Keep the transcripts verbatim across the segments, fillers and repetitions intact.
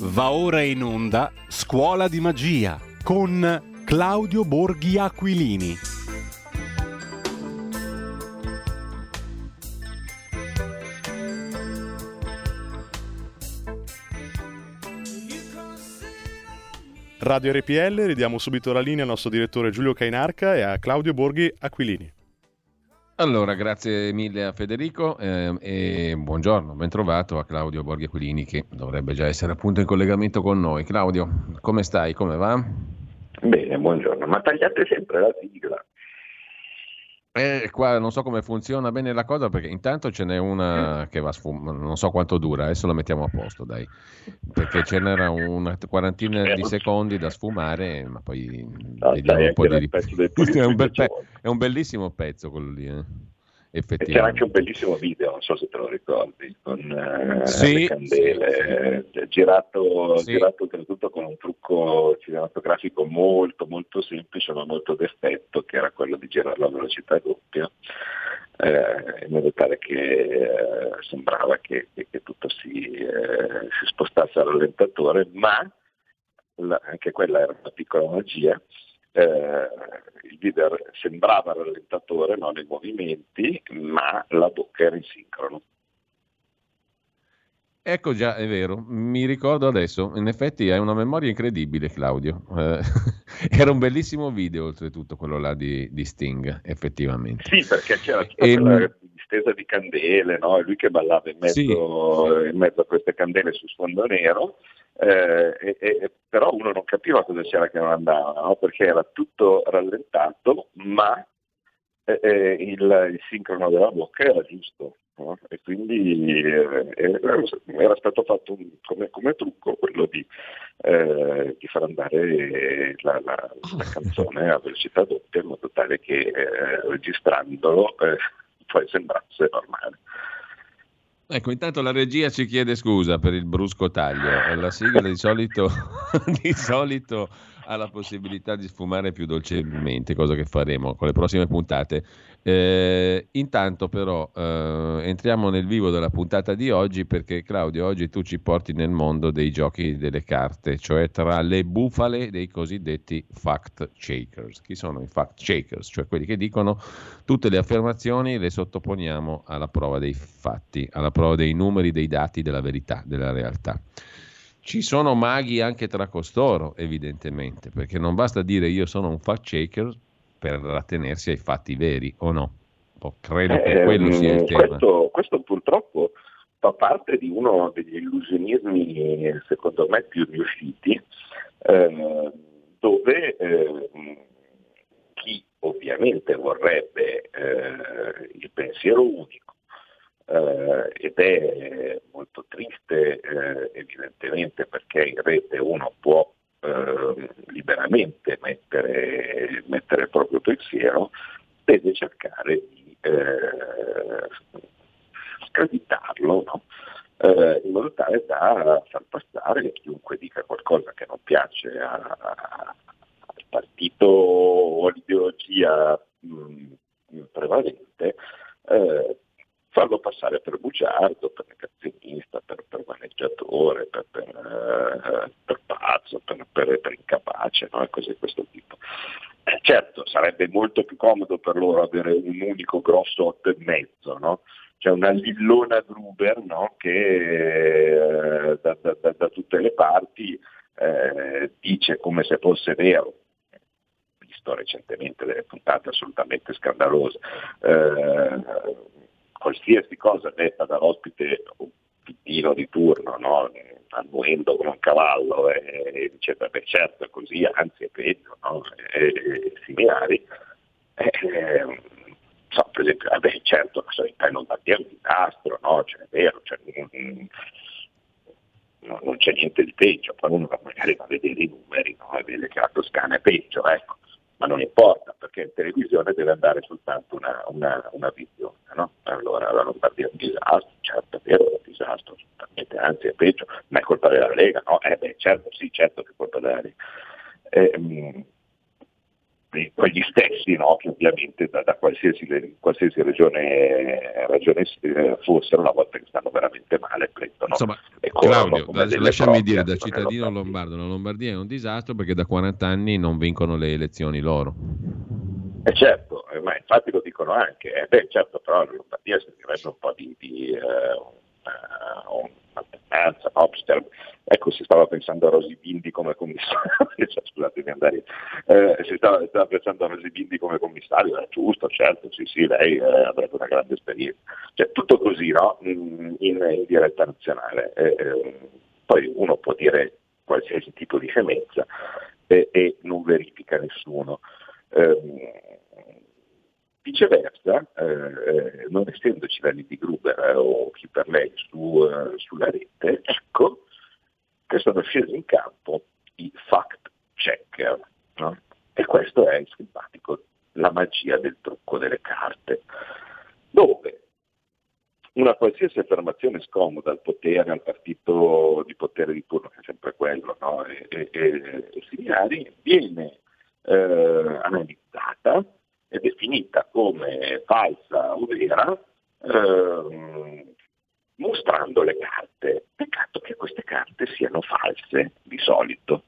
Va ora in onda Scuola di Magia con Claudio Borghi Aquilini. Radio R P L, ridiamo subito la linea al nostro direttore Giulio Cainarca e a Claudio Borghi Aquilini. Allora, grazie mille a Federico eh, e buongiorno, ben trovato a Claudio Borghi Aquilini che dovrebbe già essere appunto in collegamento con noi. Claudio, come stai? Come va? Bene, buongiorno, ma tagliate sempre la sigla. Eh, qua non so come funziona bene la cosa perché intanto ce n'è una che va sfum- non so quanto dura, adesso la mettiamo a posto, dai, perché ce n'era una quarantina di secondi da sfumare, ma poi no, vediamo un po' di rip- è, un bel pe- c'è è un bellissimo pezzo quello lì, eh. E c'era anche un bellissimo video, non so se te lo ricordi, con uh, sì, le candele, sì, sì. girato, sì. girato oltretutto con un trucco cinematografico molto molto semplice ma molto d'effetto, che era quello di girarlo a velocità doppia, eh, in modo tale che eh, sembrava che, che, che tutto si, eh, si spostasse al rallentatore, ma la, anche quella era una piccola magia. Eh, il video sembrava rallentatore, non i movimenti, ma la bocca era in sincrono. Ecco, già, è vero, mi ricordo adesso, in effetti hai una memoria incredibile, Claudio. Eh, era un bellissimo video, oltretutto, quello là di, di Sting, effettivamente. Sì, perché c'era tutta e, quella distesa di candele, no? E lui che ballava in mezzo, sì. in mezzo a queste candele su sfondo nero, eh, e, e, però uno non capiva cosa c'era che non andava, no? Perché era tutto rallentato, ma eh, eh, il, il sincrono della bocca era giusto. No? E quindi eh, era stato fatto un, come, come trucco quello di, eh, di far andare la, la, la canzone a velocità doppia in modo tale che eh, registrandolo eh, poi sembrasse normale. Ecco, intanto la regia ci chiede scusa per il brusco taglio. La sigla di solito, di solito ha la possibilità di sfumare più dolcemente, cosa che faremo con le prossime puntate. Eh, intanto però eh, entriamo nel vivo della puntata di oggi perché Claudio, oggi tu ci porti nel mondo dei giochi delle carte, cioè tra le bufale dei cosiddetti fact checkers. Chi sono i fact checkers? Cioè quelli che dicono tutte le affermazioni le sottoponiamo alla prova dei fatti, alla prova dei numeri, dei dati, della verità, della realtà. Ci sono maghi anche tra costoro, evidentemente, perché non basta dire io sono un fact checker per attenersi ai fatti veri, o no? Oh, credo eh, che quello sia il tema. Questo, questo purtroppo fa parte di uno degli illusionismi, secondo me, più riusciti, eh, dove eh, chi ovviamente vorrebbe eh, il pensiero unico, eh, ed è molto triste eh, evidentemente perché in rete uno può eh, liberamente mettere, mettere il proprio pensiero, deve cercare di eh, screditarlo, no? Eh, in modo tale da far passare chiunque dica qualcosa che non piace a, a, al partito o all'ideologia mh, prevalente, eh, farlo passare per bugiardo, per negazionista, per, per maneggiatore, per, per, eh, per pazzo, per, per, per incapace, no? E cose di questo tipo. Eh, certo, sarebbe molto più comodo per loro avere un unico grosso otto e mezzo, no? C'è una lillona Gruber, no? Che eh, da, da, da, da tutte le parti eh, dice come se fosse vero. Visto recentemente delle puntate assolutamente scandalose. Eh, qualsiasi cosa detta dall'ospite pittino di turno, no? Annuendo come un cavallo, e, e dice beh certo è così, anzi è peggio, no? E, e similari. Eh, so, per esempio, vabbè, certo la sanità non va via un disastro, no? Cioè, è vero, cioè, non, non, non c'è niente di peggio, poi uno magari va a vedere i numeri, no? E vede che la Toscana è peggio, ecco. Ma non importa, perché in televisione deve andare soltanto una, una, una visione, no? Allora la Lombardia è un disastro, certo è vero, è un disastro, assolutamente, anzi è peggio, ma è colpa della Lega, no? Eh beh, certo, sì, certo che è colpa della Lega. Eh, quegli stessi, no, che ovviamente da, da qualsiasi, qualsiasi regione, regione fossero, una volta che stanno veramente male, prendono. Insomma, e Claudio, come da, lasciami proprie, dire, da cittadino lombardo, la Lombardia è un disastro perché da quaranta anni non vincono le elezioni loro. Eh certo, eh, ma infatti lo dicono anche, eh, beh certo, però la Lombardia servirebbe un po' di, di uh, uh, un'alternanza, no? Ecco, si stava pensando a Rosy Bindi come commissario, cioè, scusatemi andare, eh, si stava, stava pensando a Rosy Bindi come commissario, è giusto, certo, sì sì, lei eh, avrebbe una grande esperienza, cioè tutto così, no? In, in diretta nazionale, eh, eh, poi uno può dire qualsiasi tipo di scemenza eh, e non verifica nessuno. Eh, viceversa, eh, non essendoci la Lady Gruber eh, o chi per lei su, eh, sulla rete, ecco che sono scesi in campo i fact checker, no? E questo è simpatico, la magia del trucco delle carte, dove una qualsiasi affermazione scomoda al potere, al partito di potere di turno, che è sempre quello, no? e, e, e similari, viene eh, analizzata e definita come falsa o vera, eh, mostrando le carte. Peccato che queste carte siano false, di solito.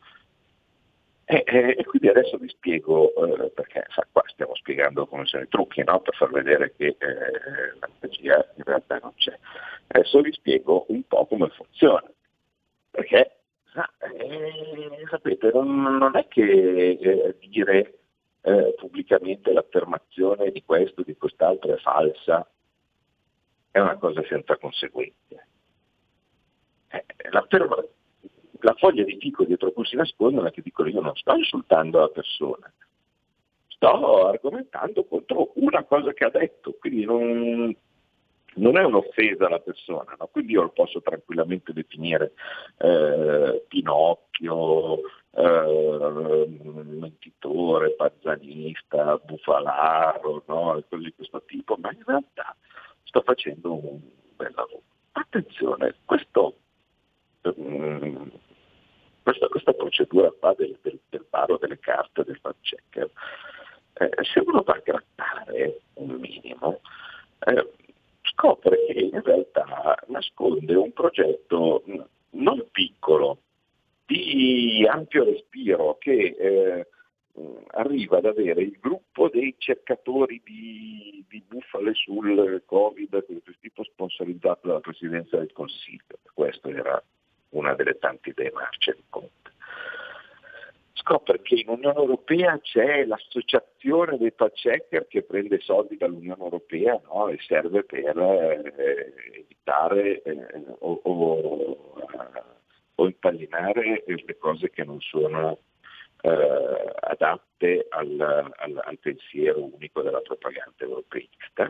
E, e, e quindi adesso vi spiego, eh, perché sa, qua stiamo spiegando come sono i trucchi, no? Per far vedere che eh, la magia in realtà non c'è. Adesso vi spiego un po' come funziona, perché sa, eh, sapete, non, non è che eh, dire eh, pubblicamente l'affermazione di questo, di quest'altro è falsa, è una cosa senza conseguenze. Eh, l'affermazione La foglia di fico dietro cui si nascondono è che dicono: io non sto insultando la persona, sto argomentando contro una cosa che ha detto, quindi non, non è un'offesa alla persona, no? Quindi io lo posso tranquillamente definire eh, Pinocchio, eh, mentitore, pazzanista, bufalaro, no? E cose di questo tipo, ma in realtà sto facendo un bel lavoro. Attenzione, questo... Um, Questa, questa procedura qua del, del, del paro delle carte del fact checker, eh, se uno va a grattare un minimo, eh, scopre che in realtà nasconde un progetto non piccolo, di ampio respiro, che eh, arriva ad avere il gruppo dei cercatori di, di bufale sul Covid, questo tipo sponsorizzato dalla Presidenza del Consiglio. Questo era una delle tante idee marce di Conte. Scopre che in Unione Europea c'è l'associazione dei fact checker che prende soldi dall'Unione Europea, no? E serve per eh, evitare eh, o, o, o impallinare le cose che non sono eh, adatte al, al, al pensiero unico della propaganda europeista.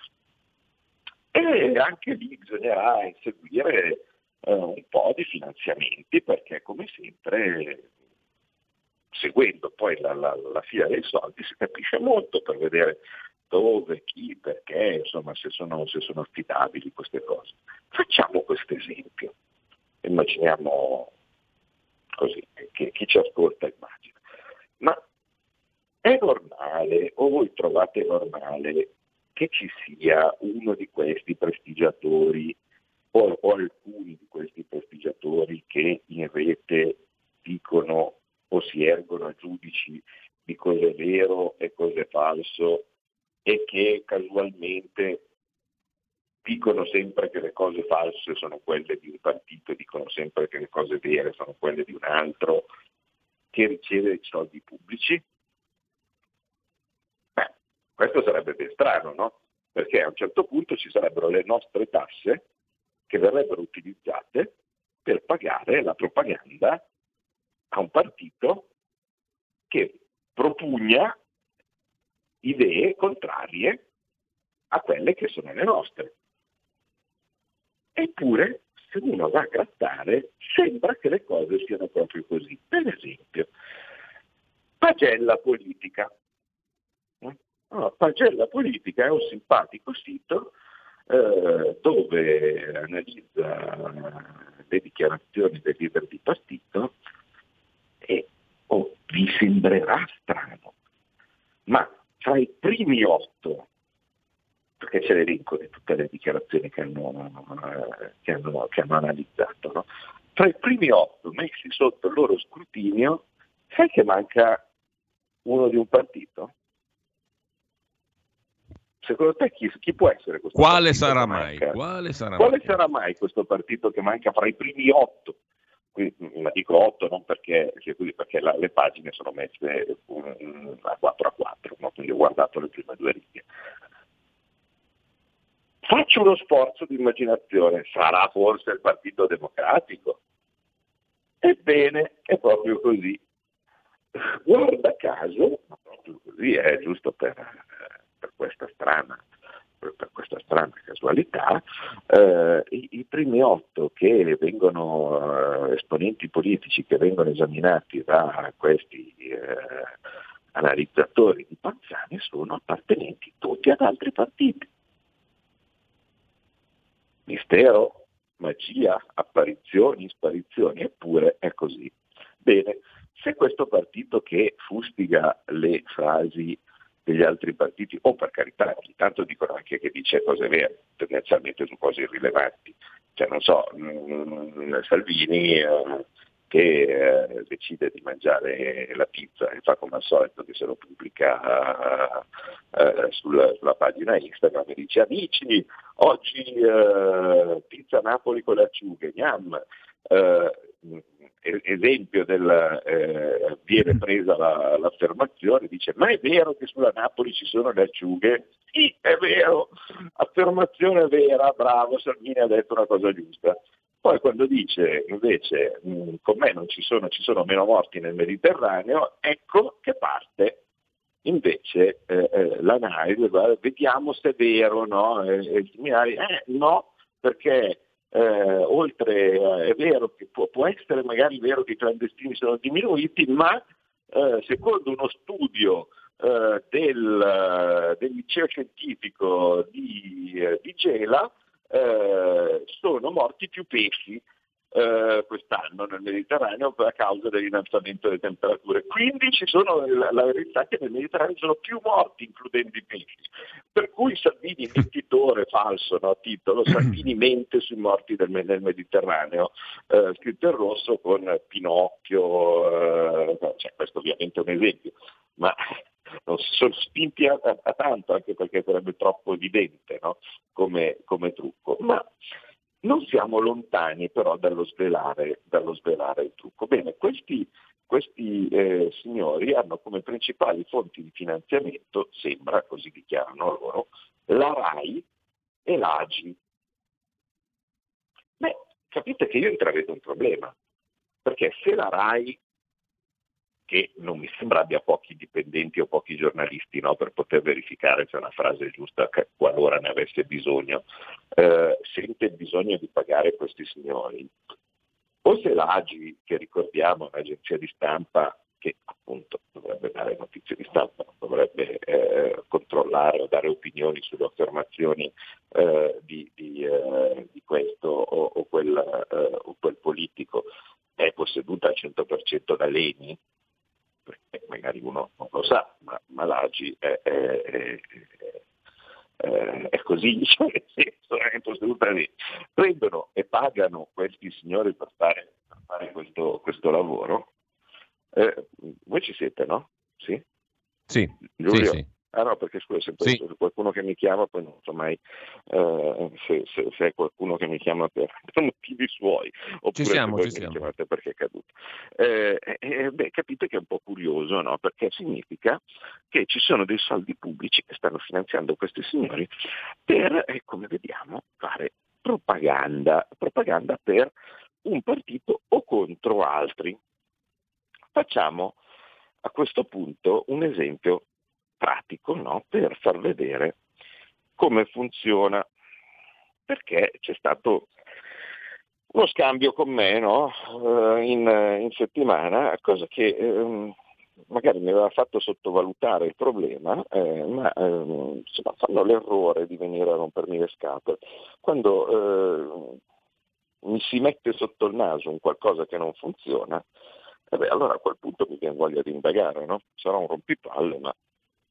E anche lì bisognerà inseguire un po' di finanziamenti, perché come sempre, seguendo poi la, la, la fila dei soldi, si capisce molto per vedere dove, chi, perché, insomma, se sono, se sono affidabili queste cose. Facciamo questo esempio, immaginiamo così, che chi ci ascolta immagina. Ma è normale, o voi trovate normale, che ci sia uno di questi prestigiatori o, o alcuni di questi prestigiatori che in rete dicono o si ergono a giudici di cosa è vero e cosa è falso, e che casualmente dicono sempre che le cose false sono quelle di un partito e dicono sempre che le cose vere sono quelle di un altro, che riceve i soldi pubblici? Beh, questo sarebbe ben strano, no? Perché a un certo punto ci sarebbero le nostre tasse che verrebbero utilizzate per pagare la propaganda a un partito che propugna idee contrarie a quelle che sono le nostre. Eppure, se uno va a grattare, sembra che le cose siano proprio così. Per esempio, Pagella Politica. No, Pagella Politica è un simpatico sito eh, dove analizza le dichiarazioni del leader di partito e oh, vi sembrerà strano, primi otto, perché c'è l'elenco di tutte le dichiarazioni che hanno, eh, che hanno, che hanno analizzato, no? Tra i primi otto messi sotto il loro scrutinio, sai che manca uno di un partito? Secondo te chi, chi può essere questo Quale partito? Sarà che mai? manca? Quale sarà Quale mai? sarà mai questo partito che manca fra i primi otto? Quindi, ma dico otto non perché, perché la, le pagine sono messe um, a quattro a quattro, no? Quindi ho guardato le prime due righe. Faccio uno sforzo di immaginazione, sarà forse il Partito Democratico? Ebbene, è proprio così. Guarda caso, ma proprio così è giusto per, per questa strana per questa strana casualità, eh, i, i primi otto che vengono, eh, esponenti politici che vengono esaminati da questi eh, analizzatori di Panzani sono appartenenti tutti ad altri partiti. Mistero, magia, apparizioni, sparizioni, eppure è così. Bene, se questo partito che fustiga le frasi degli altri partiti, o per carità, ogni tanto dicono anche che dice cose vere, tendenzialmente su cose irrilevanti, cioè non so, mh, Salvini eh, che eh, decide di mangiare la pizza e fa come al solito che se lo pubblica eh, sulla, sulla pagina Instagram e dice amici, oggi eh, pizza Napoli con le acciughe, gnam. Eh, esempio del eh, viene presa la, l'affermazione, dice ma è vero che sulla Napoli ci sono le acciughe? Sì, è vero, affermazione vera, bravo, Salvini ha detto una cosa giusta. Poi quando dice invece mh, con me non ci sono, ci sono meno morti nel Mediterraneo, ecco che parte invece eh, eh, l'analisi, vediamo se è vero, no? E, e i seminari, eh, no, perché Eh, oltre eh, è vero che può, può essere magari vero che i clandestini sono diminuiti, ma eh, secondo uno studio eh, del, del liceo scientifico di, eh, di Gela eh, sono morti più pesci eh, quest'anno nel Mediterraneo a causa dell'innalzamento delle temperature. Quindi ci sono, la, la verità è che nel Mediterraneo sono più morti, includendo i pesci. Per cui Salvini, mentitore falso, no? Titolo, Salvini mente sui morti del, del Mediterraneo, eh, scritto in rosso con Pinocchio, eh, cioè, questo ovviamente è un esempio, ma non si sono spinti a, a, a tanto, anche perché sarebbe troppo evidente, no? come, come trucco. Ma non siamo lontani però dallo svelare, dallo svelare il trucco. Bene, questi, questi eh, signori hanno come principali fonti di finanziamento, sembra, così dichiarano loro, la RAI e l'A G I. Beh, capite che io intravedo un problema, perché se la RAI, che non mi sembra abbia pochi dipendenti o pochi giornalisti, no, per poter verificare se una frase è giusta qualora ne avesse bisogno, eh, sente il bisogno di pagare questi signori, o se l'A G I, che ricordiamo è un'agenzia di stampa che appunto dovrebbe dare notizie di stampa, dovrebbe eh, controllare o dare opinioni sulle affermazioni eh, di, di, eh, di questo o, o, quel, eh, o quel politico, è posseduta al cento per cento da Leni, perché magari uno non lo sa, ma, ma l'A G I è, è, è, è, è così, diciamo, nel senso è posseduta lì. Prendono e pagano questi signori per fare, per fare questo, questo lavoro. Eh, voi ci siete, no? Sì? Sì, Giulio? sì, sì. Ah no, perché scusa, sempre Sì. qualcuno che mi chiama, poi non so mai eh, se, se, se è qualcuno che mi chiama per, per motivi suoi, oppure Ci siamo, se voi ci mi siamo. chiamate perché è caduto. Eh, eh, beh, capite che è un po' curioso, no? Perché significa che ci sono dei soldi pubblici che stanno finanziando questi signori per, eh, come vediamo, fare propaganda, propaganda per un partito o contro altri. Facciamo a questo punto un esempio pratico, no? Per far vedere come funziona, perché c'è stato uno scambio con me, no? in, in settimana, cosa che eh, magari mi aveva fatto sottovalutare il problema, eh, ma eh, insomma, fanno l'errore di venire a rompermi le scatole quando eh, mi si mette sotto il naso un qualcosa che non funziona. Eh beh, allora a quel punto mi viene voglia di indagare, no? Sarà un rompipalle, ma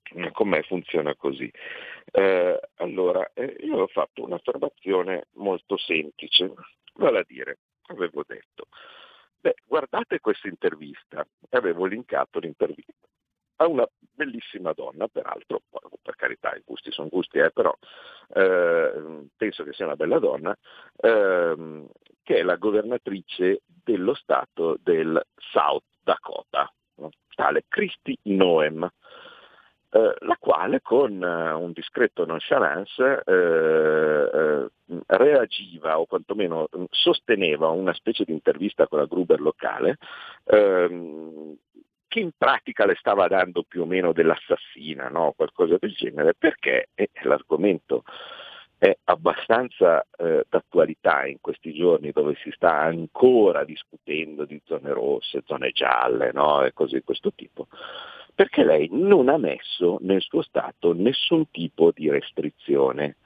Con me funziona così. Eh, allora, eh, io ho fatto un'affermazione molto semplice, vale a dire, avevo detto, beh, guardate questa intervista, e avevo linkato l'intervista a una bellissima donna, peraltro, poi, per carità, i gusti sono gusti, eh, però eh, penso che sia una bella donna, ehm, che è la governatrice dello stato del South Dakota, no? Tale Kristi Noem, eh, la quale con eh, un discreto nonchalance eh, eh, reagiva o quantomeno eh, sosteneva una specie di intervista con la Gruber locale, ehm, che in pratica le stava dando più o meno dell'assassina, no? Qualcosa del genere, perché eh, l'argomento è abbastanza eh, d'attualità in questi giorni, dove si sta ancora discutendo di zone rosse, zone gialle, no? E cose di questo tipo, perché lei non ha messo nel suo Stato nessun tipo di restrizione,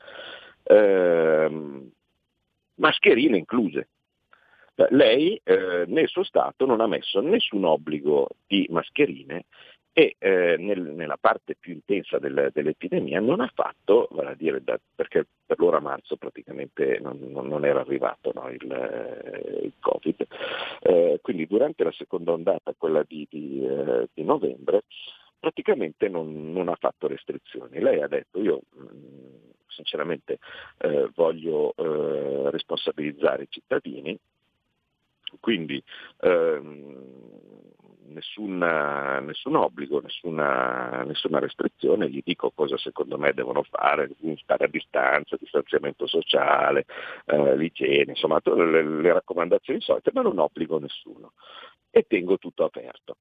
ehm, mascherine incluse. Lei eh, nel suo Stato non ha messo nessun obbligo di mascherine e eh, nel, nella parte più intensa del, dell'epidemia non ha fatto, vale a dire, da, perché per l'ora marzo praticamente non, non, non era arrivato, no, il, eh, il Covid, eh, quindi durante la seconda ondata, quella di, di, eh, di novembre, praticamente non, non ha fatto restrizioni. Lei ha detto: io mh, sinceramente eh, voglio eh, responsabilizzare i cittadini, quindi ehm, nessun, nessun obbligo, nessuna, nessuna restrizione, gli dico cosa secondo me devono fare: stare a distanza, distanziamento sociale, eh, l'igiene, insomma tutte le, le raccomandazioni solite, ma non obbligo nessuno e tengo tutto aperto.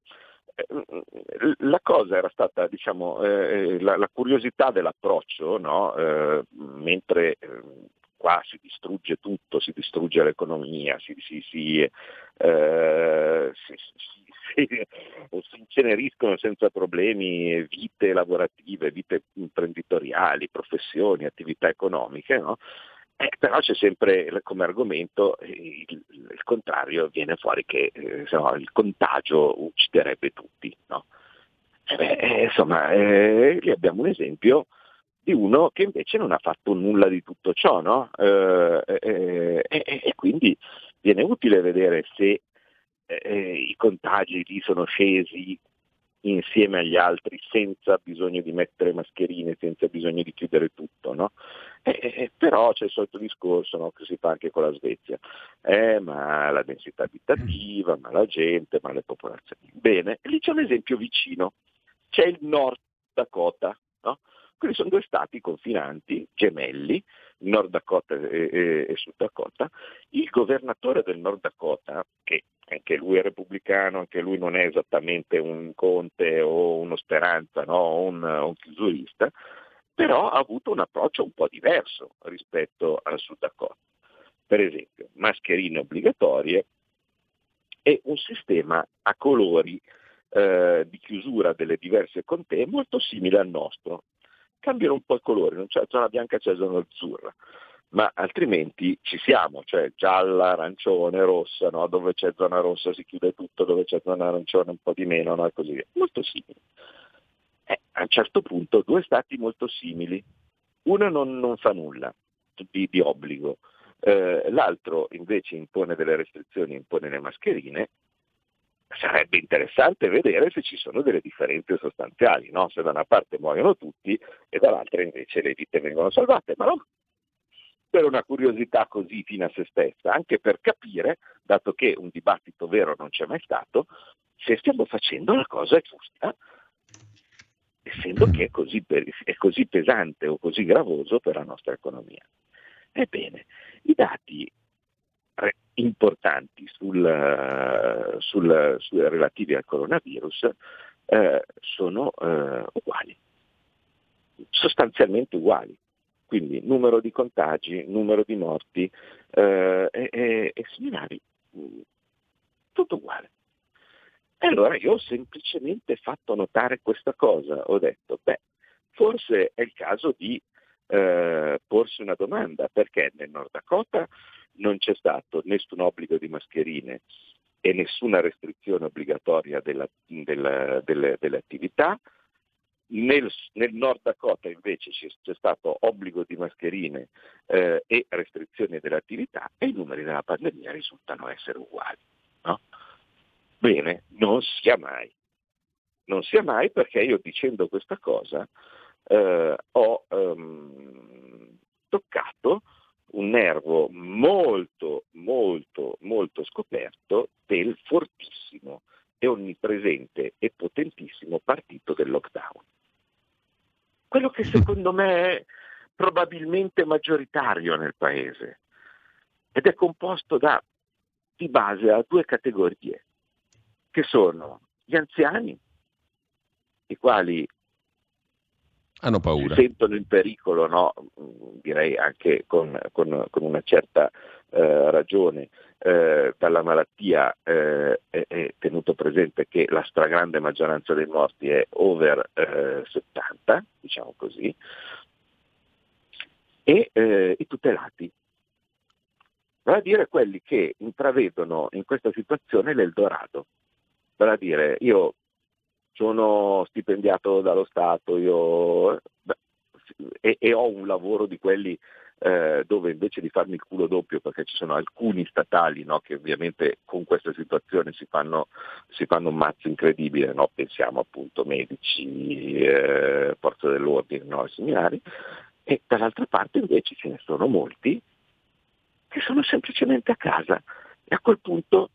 La cosa era stata, diciamo, eh, la, la curiosità dell'approccio, no? Eh, mentre eh, qua si distrugge tutto, si distrugge l'economia, si, si, si, eh, si, si, si, si inceneriscono senza problemi vite lavorative, vite imprenditoriali, professioni, attività economiche, no? Eh, però c'è sempre come argomento il, il contrario, viene fuori che eh, no, il contagio ucciderebbe tutti, no? Eh beh, eh, insomma, eh, lì abbiamo un esempio di uno che invece non ha fatto nulla di tutto ciò, no? Eh, eh, eh, e quindi viene utile vedere se eh, i contagi lì sono scesi insieme agli altri senza bisogno di mettere mascherine, senza bisogno di chiudere tutto, no? Eh, eh, però c'è il solito discorso, no, che si fa anche con la Svezia, eh, ma la densità abitativa, ma la gente, ma le popolazioni. Bene, lì c'è un esempio vicino, c'è il Nord Dakota, no? Quindi sono due stati confinanti, gemelli, Nord Dakota e, e, e Sud Dakota. Il governatore del Nord Dakota, che anche lui è repubblicano, anche lui non è esattamente un Conte o uno Speranza, no? o un, un chiusurista, però ha avuto un approccio un po' diverso rispetto al Sud Dakota. Per esempio, mascherine obbligatorie e un sistema a colori eh, di chiusura delle diverse contee molto simile al nostro. Cambiano un po' i colori, non c'è zona bianca, c'è zona azzurra, ma altrimenti ci siamo, cioè gialla, arancione, rossa, no? Dove c'è zona rossa si chiude tutto, dove c'è zona arancione un po' di meno, no? E così via. Molto simili. Eh, a un certo punto due stati molto simili, uno non, non fa nulla di, di obbligo, eh, l'altro invece impone delle restrizioni, impone le mascherine. Sarebbe interessante vedere se ci sono delle differenze sostanziali, no? Se da una parte muoiono tutti e dall'altra invece le vite vengono salvate, ma non per una curiosità così fine a se stessa, anche per capire, dato che un dibattito vero non c'è mai stato, se stiamo facendo la cosa giusta, essendo che è così, è così pesante o così gravoso per la nostra economia. Ebbene, i dati importanti sul, sul, sul, relativi al coronavirus eh, sono eh, uguali, sostanzialmente uguali. Quindi numero di contagi, numero di morti eh, e, e, e similari, tutto uguale. E allora io ho semplicemente fatto notare questa cosa, ho detto, beh, forse è il caso di eh, porsi una domanda, perché nel Nord Dakota non c'è stato nessun obbligo di mascherine e nessuna restrizione obbligatoria della, della, delle, delle attività, Nel, nel Nord Dakota invece c'è, c'è stato obbligo di mascherine eh, e restrizioni delle attività e i numeri della pandemia risultano essere uguali. No? Bene, non sia mai. Non sia mai perché io dicendo questa cosa eh, ho ehm, toccato un nervo molto, molto, molto scoperto del fortissimo e onnipresente e potentissimo partito del lockdown. Quello che secondo me è probabilmente maggioritario nel paese ed è composto da, di base a due categorie, che sono gli anziani, i quali hanno paura, si sentono in pericolo, no? Direi anche con, con, con una certa eh, ragione, eh, dalla malattia, eh, è, è tenuto presente che la stragrande maggioranza dei morti è over eh, settanta, diciamo così, e eh, i tutelati, vale a dire quelli che intravedono in questa situazione l'Eldorado, vale a dire io sono stipendiato dallo Stato, io beh, e, e ho un lavoro di quelli eh, dove invece di farmi il culo doppio, perché ci sono alcuni statali, no, che ovviamente con questa situazione si fanno, si fanno un mazzo incredibile, no? Pensiamo appunto medici, eh, forze dell'ordine, no? E similari, e dall'altra parte invece ce ne sono molti che sono semplicemente a casa e a quel punto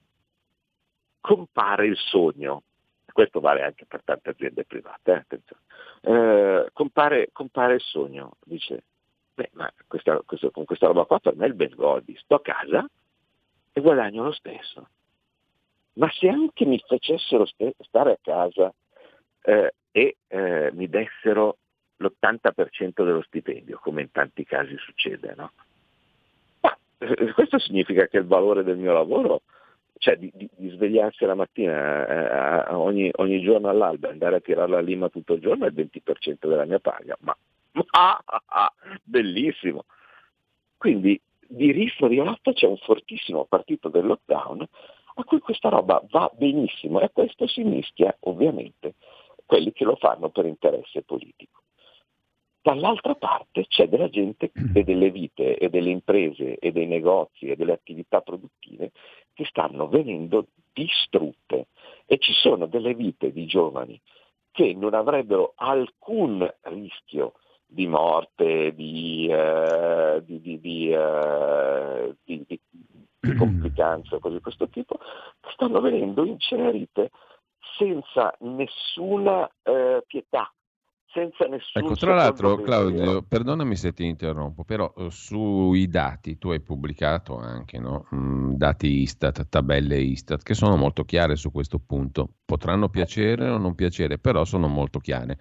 compare il sogno. Questo vale anche per tante aziende private, eh, attenzione. Eh, compare, compare il sogno, dice, beh, ma questa, questa, con questa roba qua per me è il ben godi, sto a casa e guadagno lo stesso. Ma se anche mi facessero st- stare a casa eh, e eh, mi dessero l'ottanta per cento dello stipendio, come in tanti casi succede, no? Ma eh, questo significa che il valore del mio lavoro, cioè di, di, di svegliarsi la mattina eh, ogni, ogni giorno all'alba e andare a tirare la lima tutto il giorno è il venti per cento della mia paga, ma, ma bellissimo! Quindi di riffo di rotto c'è un fortissimo partito del lockdown a cui questa roba va benissimo e a questo si mischia ovviamente quelli che lo fanno per interesse politico. Dall'altra parte c'è della gente e delle vite e delle imprese e dei negozi e delle attività produttive che stanno venendo distrutte e ci sono delle vite di giovani che non avrebbero alcun rischio di morte, di, eh, di, di, di, eh, di, di, di complicanze, cose di questo tipo, che stanno venendo incenerite senza nessuna eh, pietà. Senza nessun ecco, tra l'altro, pensiero. Claudio, perdonami se ti interrompo, però eh, sui dati tu hai pubblicato anche, no? Mm, dati Istat, tabelle Istat, che sono molto chiare su questo punto. Potranno piacere o non piacere, però sono molto chiare.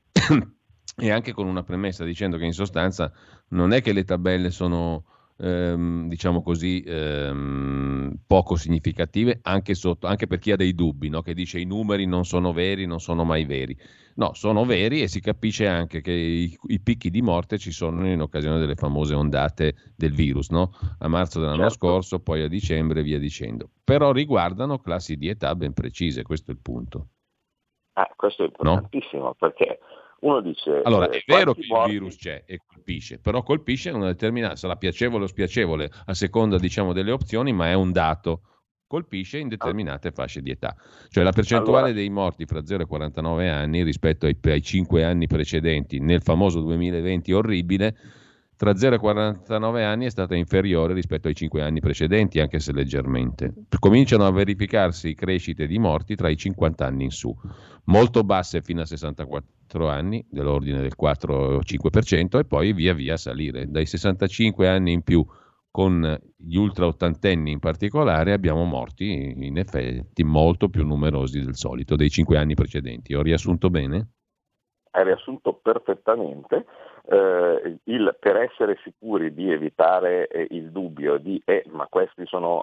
E anche con una premessa dicendo che in sostanza non è che le tabelle sono, ehm, diciamo così, ehm, poco significative, anche, sotto, anche per chi ha dei dubbi, no? Che dice i numeri non sono veri, non sono mai veri. No, sono veri e si capisce anche che i, i picchi di morte ci sono in occasione delle famose ondate del virus, no? A marzo dell'anno Certo. scorso, poi a dicembre e via dicendo. Però riguardano classi di età ben precise, questo è il punto. Ah, questo è importantissimo, no? Perché uno dice... Allora, eh, è vero che morti... il virus c'è e colpisce, però colpisce in una determinata, sarà piacevole o spiacevole a seconda, diciamo, delle opzioni, ma è un dato. Colpisce in determinate fasce di età. Cioè la percentuale allora, dei morti fra zero e quarantanove anni rispetto ai, ai cinque anni precedenti nel famoso duemilaventi orribile, tra zero e quarantanove anni è stata inferiore rispetto ai cinque anni precedenti, anche se leggermente. Cominciano a verificarsi crescite di morti tra i cinquanta anni in su, molto basse fino a sessantaquattro anni, dell'ordine del quattro o cinque per cento, e poi via via a salire. Dai sessantacinque anni in più, con gli ultra ottantenni in particolare, abbiamo morti in effetti molto più numerosi del solito, dei cinque anni precedenti. Ho riassunto bene? hai riassunto perfettamente. Eh, il, per essere sicuri di evitare eh, il dubbio di eh, ma questi sono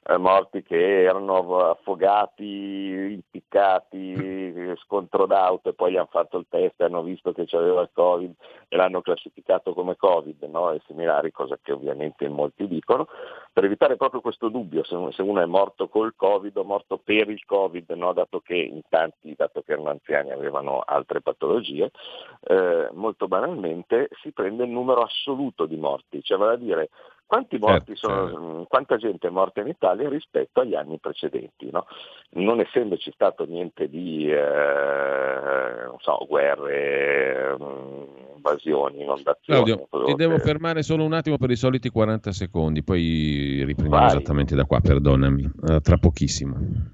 eh, morti che erano affogati, impiccati, scontro d'auto e poi gli hanno fatto il test e hanno visto che c'aveva il Covid e l'hanno classificato come Covid, no? E similari, cosa che ovviamente molti dicono, per evitare proprio questo dubbio se uno, se uno è morto col Covid o morto per il Covid, no? Dato che in tanti, dato che erano anziani, avevano altre patologie, eh, molto banalmente si prende il numero assoluto di morti, cioè vale a dire quanti morti certo, sono, certo. quanta gente è morta in Italia rispetto agli anni precedenti, no? Non essendoci stato niente di eh, non so, guerre, invasioni, inondazioni. Claudio, ti devo che... fermare solo un attimo per i soliti quaranta secondi, poi riprendiamo Vai. esattamente da qua, perdonami, uh, tra pochissimo.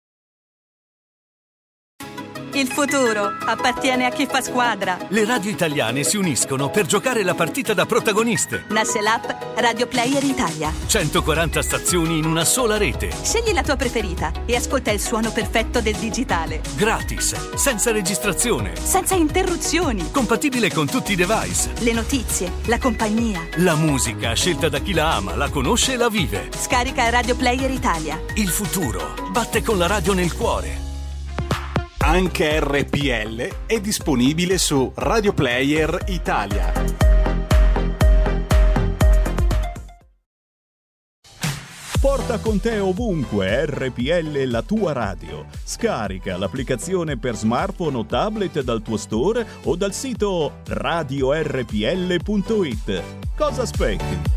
Il futuro appartiene a chi fa squadra. Le radio italiane si uniscono per giocare la partita da protagoniste. Nasce l'app Radio Player Italia. centoquaranta stazioni in una sola rete. Scegli la tua preferita e ascolta il suono perfetto del digitale. Gratis, senza registrazione. Senza interruzioni. Compatibile con tutti i device. Le notizie, la compagnia. La musica scelta da chi la ama, la conosce e la vive. Scarica Radio Player Italia. Il futuro batte con la radio nel cuore. Anche R P L è disponibile su Radio Player Italia. Porta con te ovunque R P L, la tua radio. Scarica l'applicazione per smartphone o tablet dal tuo store o dal sito radio erre pi elle punto it. Cosa aspetti?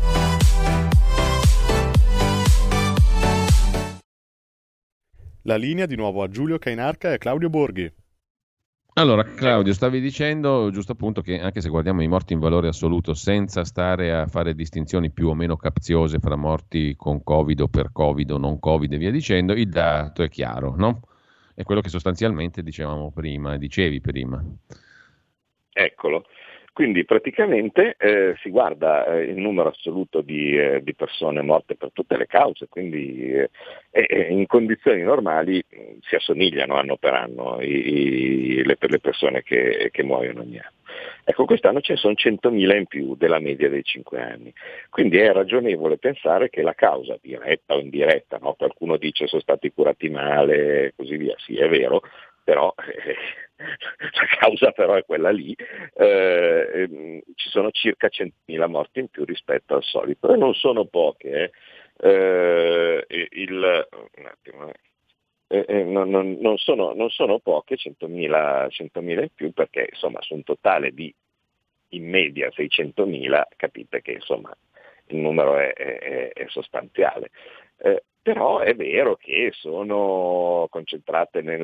La linea di nuovo a Giulio Cainarca e Claudio Borghi. Allora, Claudio, stavi dicendo giusto appunto che anche se guardiamo i morti in valore assoluto, senza stare a fare distinzioni più o meno capziose fra morti con Covid o per Covid o non Covid e via dicendo, il dato è chiaro, no? È quello che sostanzialmente dicevamo prima, dicevi prima. Eccolo. Quindi praticamente eh, si guarda eh, il numero assoluto di, eh, di persone morte per tutte le cause, quindi eh, eh, in condizioni normali eh, si assomigliano anno per anno i, i, le, le persone che, che muoiono ogni anno. Ecco, quest'anno ce ne sono centomila in più della media dei cinque anni, quindi è ragionevole pensare che la causa, diretta o indiretta, no? Qualcuno dice sono stati curati male e così via, sì è vero, però eh, la causa però è quella lì, eh, eh, ci sono circa centomila morti in più rispetto al solito e non sono poche, eh. Eh, il, un attimo, eh, eh, non, non, non, sono, non sono poche, centomila, centomila in più, perché insomma su un totale di in media seicentomila capite che insomma il numero è, è, è sostanziale. Eh, Però è vero che sono concentrate nel,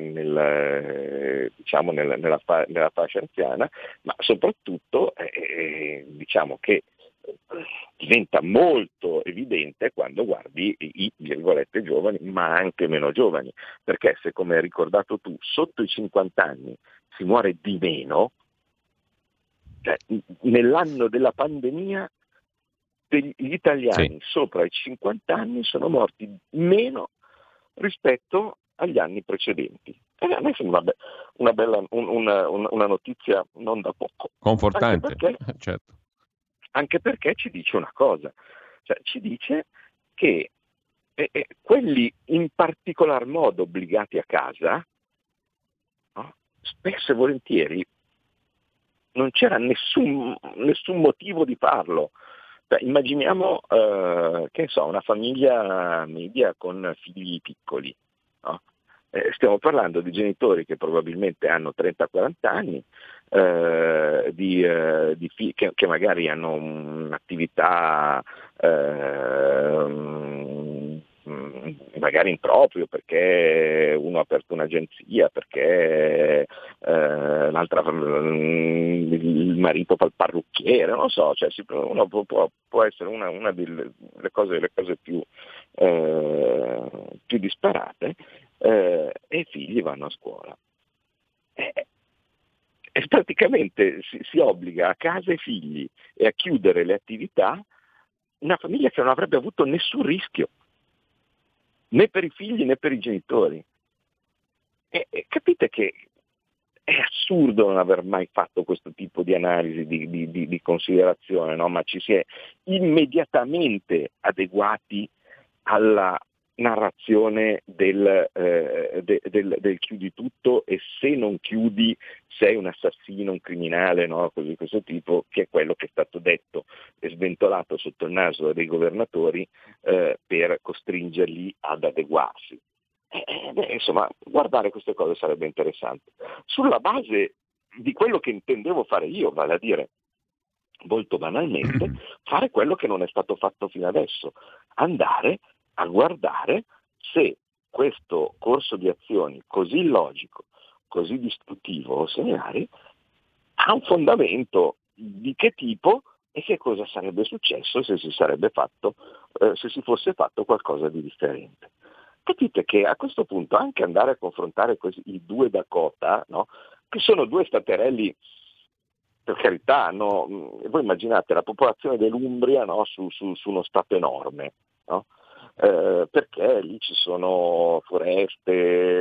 nel, diciamo nel, nella, fa, nella fascia anziana, ma soprattutto eh, diciamo che diventa molto evidente quando guardi i virgolette giovani, ma anche meno giovani, perché se, come hai ricordato tu, sotto i cinquanta anni si muore di meno, cioè, nell'anno della pandemia gli italiani sì. sopra i cinquanta anni sono morti meno rispetto agli anni precedenti. E a me sembra una, be- una bella un, una, una notizia non da poco. Confortante, anche perché, certo. Anche perché ci dice una cosa, cioè ci dice che eh, eh, quelli in particolar modo obbligati a casa, no? Spesso e volentieri non c'era nessun, nessun motivo di farlo. Immaginiamo eh, che so, una famiglia media con figli piccoli, no? eh, stiamo parlando di genitori che probabilmente hanno trenta quaranta anni, eh, di, eh, di fi- che, che magari hanno un'attività eh, magari improprio, perché uno ha aperto un'agenzia, perché eh, l'altra il marito fa il parrucchiere, non lo so, cioè si, uno può, può, può essere una, una delle cose, le cose più, eh, più disparate, eh, e i figli vanno a scuola. Eh, e praticamente si, si obbliga a casa i figli e a chiudere le attività una famiglia che non avrebbe avuto nessun rischio, né per i figli né per i genitori. E, e capite che è assurdo non aver mai fatto questo tipo di analisi, di, di, di, di considerazione, no? Ma ci si è immediatamente adeguati alla narrazione del, eh, de, del, del chiudi tutto e se non chiudi sei un assassino, un criminale, no? Così di questo tipo, che è quello che è stato detto e sventolato sotto il naso dei governatori eh, per costringerli ad adeguarsi. Eh, beh, insomma, guardare queste cose sarebbe interessante. Sulla base di quello che intendevo fare io, vale a dire, molto banalmente, fare quello che non è stato fatto fino adesso, andare a guardare se questo corso di azioni così illogico, così distruttivo, se magari ha un fondamento di che tipo e che cosa sarebbe successo se si sarebbe fatto, eh, se si fosse fatto qualcosa di differente. Capite che a questo punto anche andare a confrontare questi, i due Dakota, no? Che sono due staterelli, per carità, no? Voi immaginate la popolazione dell'Umbria, no? su, su, su uno stato enorme, no? Eh, perché lì ci sono foreste,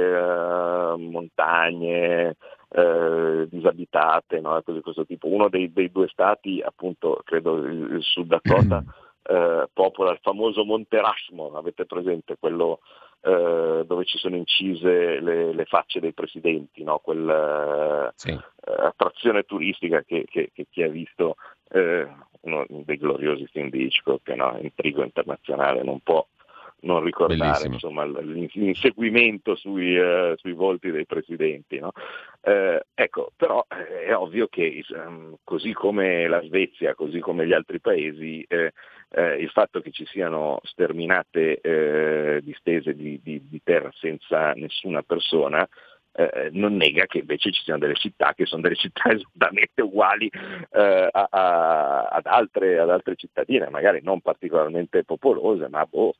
eh, montagne eh, disabitate, no? Così, questo tipo. Uno dei, dei due stati, appunto, credo il, il Sud Dakota, eh, popola il famoso Monte Rushmore, avete presente quello eh, dove ci sono incise le, le facce dei presidenti, no? Quella sì. eh, attrazione turistica che, che, che chi ha visto eh, uno dei gloriosi film di Hitchcock, no? Intrigo internazionale, non può non ricordare insomma, l'inseguimento sui, uh, sui volti dei presidenti, no? Eh, ecco, però eh, è ovvio che um, così come la Svezia, così come gli altri paesi, eh, eh, il fatto che ci siano sterminate eh, distese di, di, di terra senza nessuna persona Eh, non nega che invece ci siano delle città che sono delle città esattamente uguali eh, a, a, ad, altre, ad altre cittadine, magari non particolarmente popolose, ma boh,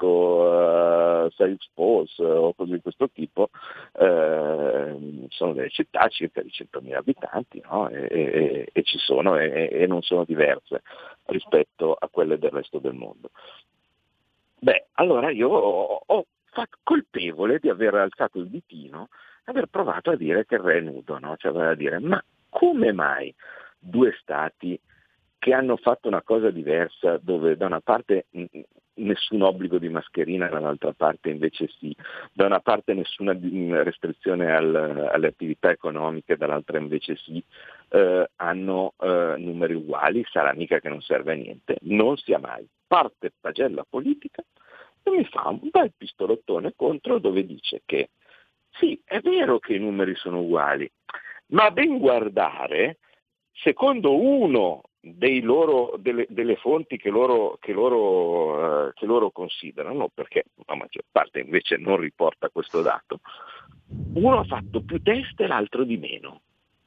Fargo, eh, Salesforce o cose di questo tipo, eh, sono delle città circa di centomila abitanti, no? e, e, e ci sono e, e non sono diverse rispetto a quelle del resto del mondo. Beh, allora io ho, ho fatto colpevole di aver alzato il ditino, aver provato a dire che il re è nudo, no? Cioè a dire, ma come mai due stati che hanno fatto una cosa diversa, dove da una parte mh, nessun obbligo di mascherina, dall'altra parte invece sì, da una parte nessuna mh, restrizione al, alle attività economiche, dall'altra invece sì, eh, hanno eh, numeri uguali, sarà mica che non serve a niente, non sia mai. Parte pagella politica e mi fa un bel pistolottone contro dove dice che sì, è vero che i numeri sono uguali, ma a ben guardare, secondo uno dei loro, delle, delle fonti che loro, che, loro, uh, che loro considerano, perché la maggior parte invece non riporta questo dato, uno ha fatto più test e l'altro di meno.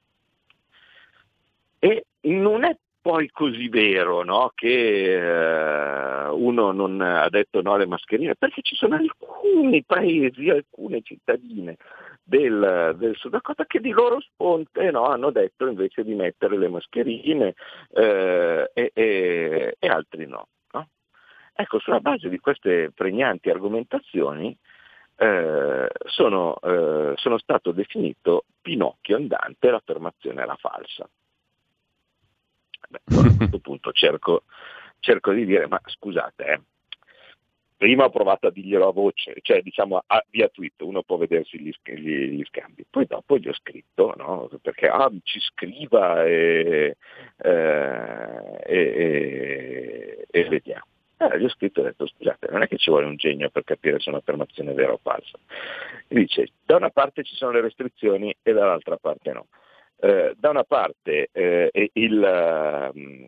E non è poi così vero, no, che eh, uno non ha detto no alle mascherine, perché ci sono alcuni paesi, alcune cittadine del, del Sud Dakota che di loro sponte, no, hanno detto invece di mettere le mascherine eh, e, e, e altri no, no. Ecco, sulla base di queste pregnanti argomentazioni eh, sono, eh, sono stato definito Pinocchio andante, l'affermazione era falsa. Beh, a questo punto cerco, cerco di dire, ma scusate, eh, prima ho provato a dirglielo a voce, cioè diciamo a, via tweet, uno può vedersi gli, gli, gli scambi, poi dopo gli ho scritto, no? Perché ah, ci scriva e, eh, e, e, e vediamo. Allora gli ho scritto e ho detto, scusate, non è che ci vuole un genio per capire se è un'affermazione vera o falsa. E dice, da una parte ci sono le restrizioni e dall'altra parte no. Eh, da una parte eh, il um,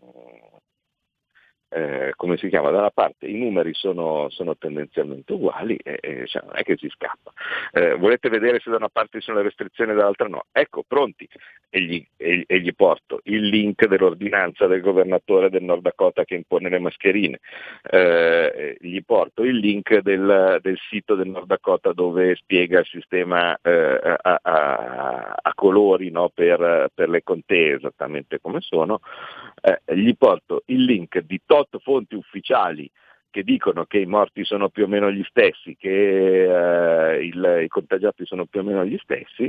eh, come si chiama? Da una parte i numeri sono, sono tendenzialmente uguali e, e cioè, non è che si scappa. Eh, volete vedere se da una parte ci sono le restrizioni e dall'altra no? Ecco, pronti. E gli, e, e gli porto il link dell'ordinanza del governatore del Nord Dakota che impone le mascherine, eh, gli porto il link del, del sito del Nord Dakota dove spiega il sistema eh, a, a, a colori, no, per, per le contee esattamente come sono, eh, gli porto il link di tot fonti ufficiali che dicono che i morti sono più o meno gli stessi, che eh, il, i contagiati sono più o meno gli stessi.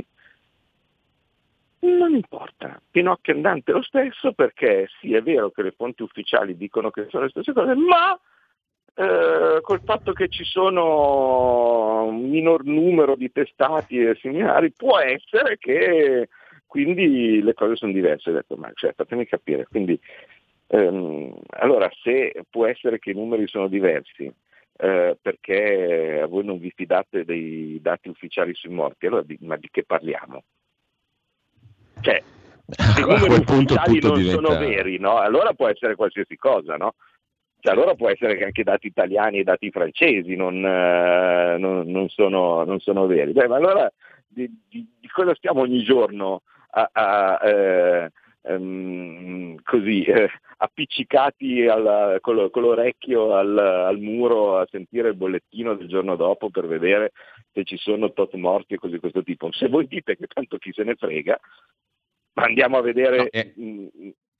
Non importa, Pinocchio andante lo stesso, perché sì, è vero che le fonti ufficiali dicono che sono le stesse cose, ma eh, col fatto che ci sono un minor numero di testati e similari, può essere che quindi le cose sono diverse. Ho detto, ma cioè, fatemi capire, quindi ehm, allora se può essere che i numeri sono diversi, eh, perché voi non vi fidate dei dati ufficiali sui morti, allora di, ma di che parliamo? Cioè, se i numeri ufficiali non diventa... sono veri, no? Allora può essere qualsiasi cosa, no? Cioè, allora può essere che anche i dati italiani e i dati francesi non, eh, non, non, sono, non sono veri. Beh, ma allora di, di, di cosa stiamo ogni giorno a, a, eh, um, così eh, appiccicati alla, con, con l'orecchio al, al muro a sentire il bollettino del giorno dopo per vedere se ci sono tot morti e cose di questo tipo? Se voi dite che tanto chi se ne frega, ma andiamo a vedere... No, è... mh,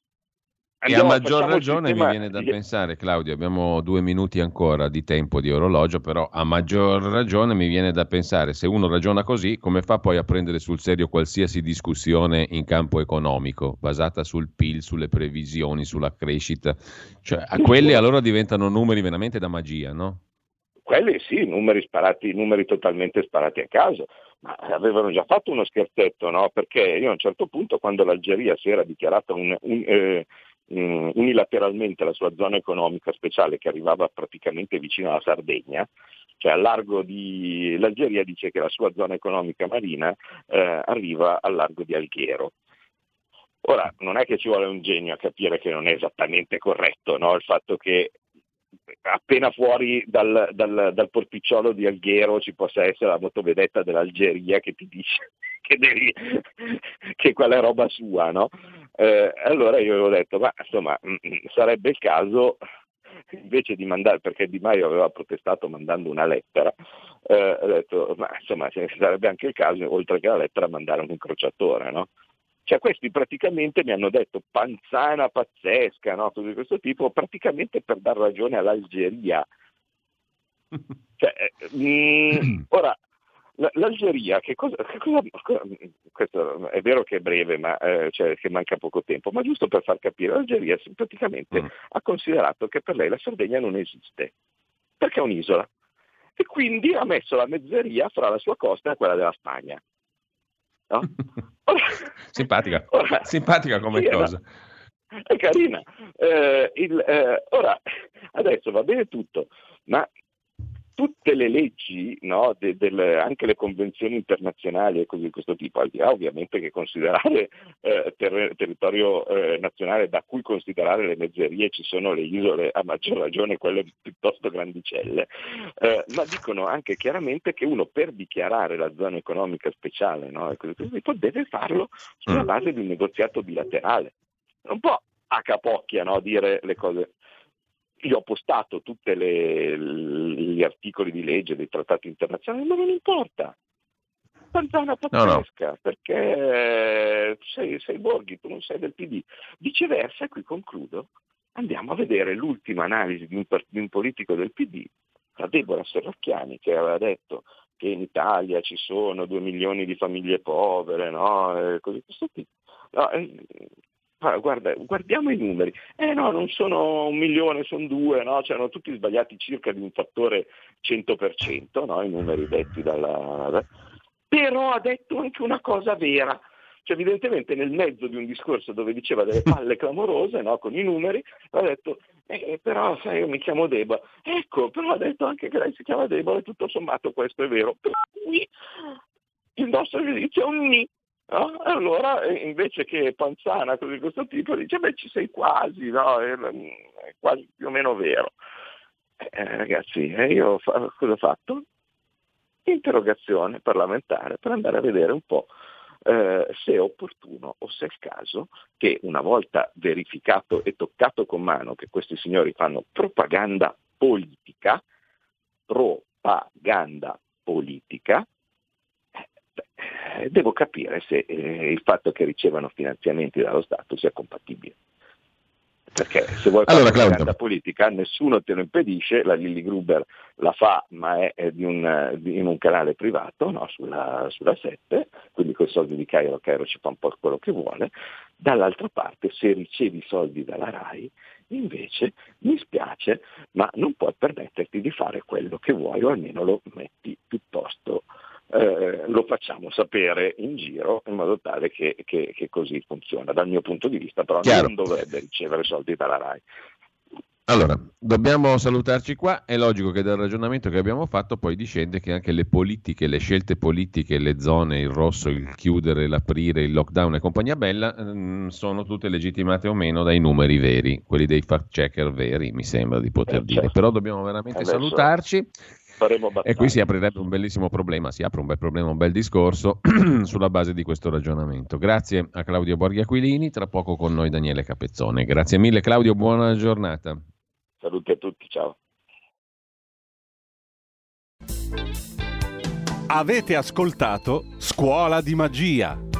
E a maggior ragione mi viene da pensare, Claudio, abbiamo due minuti ancora di tempo di orologio, però a maggior ragione mi viene da pensare, se uno ragiona così, come fa poi a prendere sul serio qualsiasi discussione in campo economico, basata sul P I L, sulle previsioni, sulla crescita? Cioè, a quelli allora diventano numeri veramente da magia, no? Quelli sì, numeri sparati, numeri totalmente sparati a caso, ma avevano già fatto uno scherzetto, no? Perché io a un certo punto, quando l'Algeria si era dichiarata un... un eh, unilateralmente la sua zona economica speciale, che arrivava praticamente vicino alla Sardegna, cioè al largo di l'Algeria dice che la sua zona economica marina eh, arriva al largo di Alghero. Ora non è che ci vuole un genio a capire che non è esattamente corretto, no? Il fatto che appena fuori dal, dal, dal porticciolo di Alghero ci possa essere la motovedetta dell'Algeria che ti dice che, devi, che quella è roba sua, no? Eh, allora io avevo detto, ma insomma mh, sarebbe il caso, invece di mandare, perché Di Maio aveva protestato mandando una lettera, eh, ho detto, ma insomma sarebbe anche il caso, oltre che la lettera, mandare un incrociatore, no? Cioè questi praticamente mi hanno detto panzana pazzesca, no? Così di questo tipo, praticamente per dar ragione all'Algeria. Cioè, mh, ora, l'Algeria, che cosa, che cosa, questo è vero che è breve, ma eh, cioè, che manca poco tempo, ma giusto per far capire, l'Algeria praticamente mm. ha considerato che per lei la Sardegna non esiste, perché è un'isola, e quindi ha messo la mezzeria fra la sua costa e quella della Spagna. No? Ora, simpatica, ora, simpatica come sì, cosa. È, è carina. Eh, il, eh, ora, adesso va bene tutto, ma tutte le leggi, no, de, del, anche le convenzioni internazionali e così di questo tipo, al di là ovviamente che considerare eh, ter- territorio eh, nazionale da cui considerare le mezzerie, ci sono le isole, a maggior ragione quelle piuttosto grandicelle, eh, ma dicono anche chiaramente che uno per dichiarare la zona economica speciale, no, e così di questo tipo, deve farlo sulla base di un negoziato bilaterale. Non può a capocchia, no, dire le cose. Io ho postato tutti gli articoli di legge dei trattati internazionali, ma non importa. Panzana pazzesca, no, no. Perché sei, sei Borghi, tu non sei del P D. Viceversa, e qui concludo, andiamo a vedere l'ultima analisi di un, di un politico del P D, la Deborah Serracchiani, che aveva detto che in Italia ci sono due milioni di famiglie povere, no? E così questo tipo. No, eh, Ah, guarda, guardiamo i numeri. Eh no, non sono un milione, sono due, no? C'erano tutti sbagliati circa di un fattore cento per cento, no? I numeri detti dalla... Però ha detto anche una cosa vera. Cioè evidentemente nel mezzo di un discorso dove diceva delle palle clamorose, no? Con i numeri, ha detto, eh, però sai, io mi chiamo Deba. Ecco, però ha detto anche che lei si chiama Deba e tutto sommato questo è vero. Per cui il nostro giudizio è un ni. No? Allora invece che panzana così di questo tipo dice beh ci sei quasi, no? È, è quasi più o meno vero. Eh, ragazzi, eh, io fa, cosa ho fatto? Interrogazione parlamentare per andare a vedere un po' eh, se è opportuno o se è il caso che una volta verificato e toccato con mano che questi signori fanno propaganda politica, propaganda politica, devo capire se eh, il fatto che ricevano finanziamenti dallo Stato sia compatibile. Perché se vuoi fare allora, propaganda politica nessuno te lo impedisce, la Lilly Gruber la fa ma è, è di un, di, in un canale privato, no? sulla, sulla sette, quindi con i soldi di Cairo, Cairo ci fa un po' quello che vuole. Dall'altra parte se ricevi soldi dalla RAI invece mi spiace, ma non puoi permetterti di fare quello che vuoi, o almeno lo metti piuttosto, eh, lo facciamo sapere in giro in modo tale che, che, che così funziona. Dal mio punto di vista però Chiaro. non dovrebbe ricevere soldi dalla RAI. Allora, dobbiamo salutarci qua. È logico che dal ragionamento che abbiamo fatto poi discende che anche le politiche, le scelte politiche, le zone, il rosso, il chiudere, l'aprire, il lockdown e compagnia bella ehm, sono tutte legittimate o meno dai numeri veri, quelli dei fact checker veri, mi sembra di poter Eh, dire. certo. Però dobbiamo veramente Adesso salutarci. faremo E battaglia. qui si aprirebbe un bellissimo problema, si apre un bel problema, un bel discorso sulla base di questo ragionamento. Grazie a Claudio Borghi Aquilini, tra poco con noi Daniele Capezzone. Grazie mille Claudio, buona giornata. Saluti a tutti, ciao. Avete ascoltato Scuola di Magia.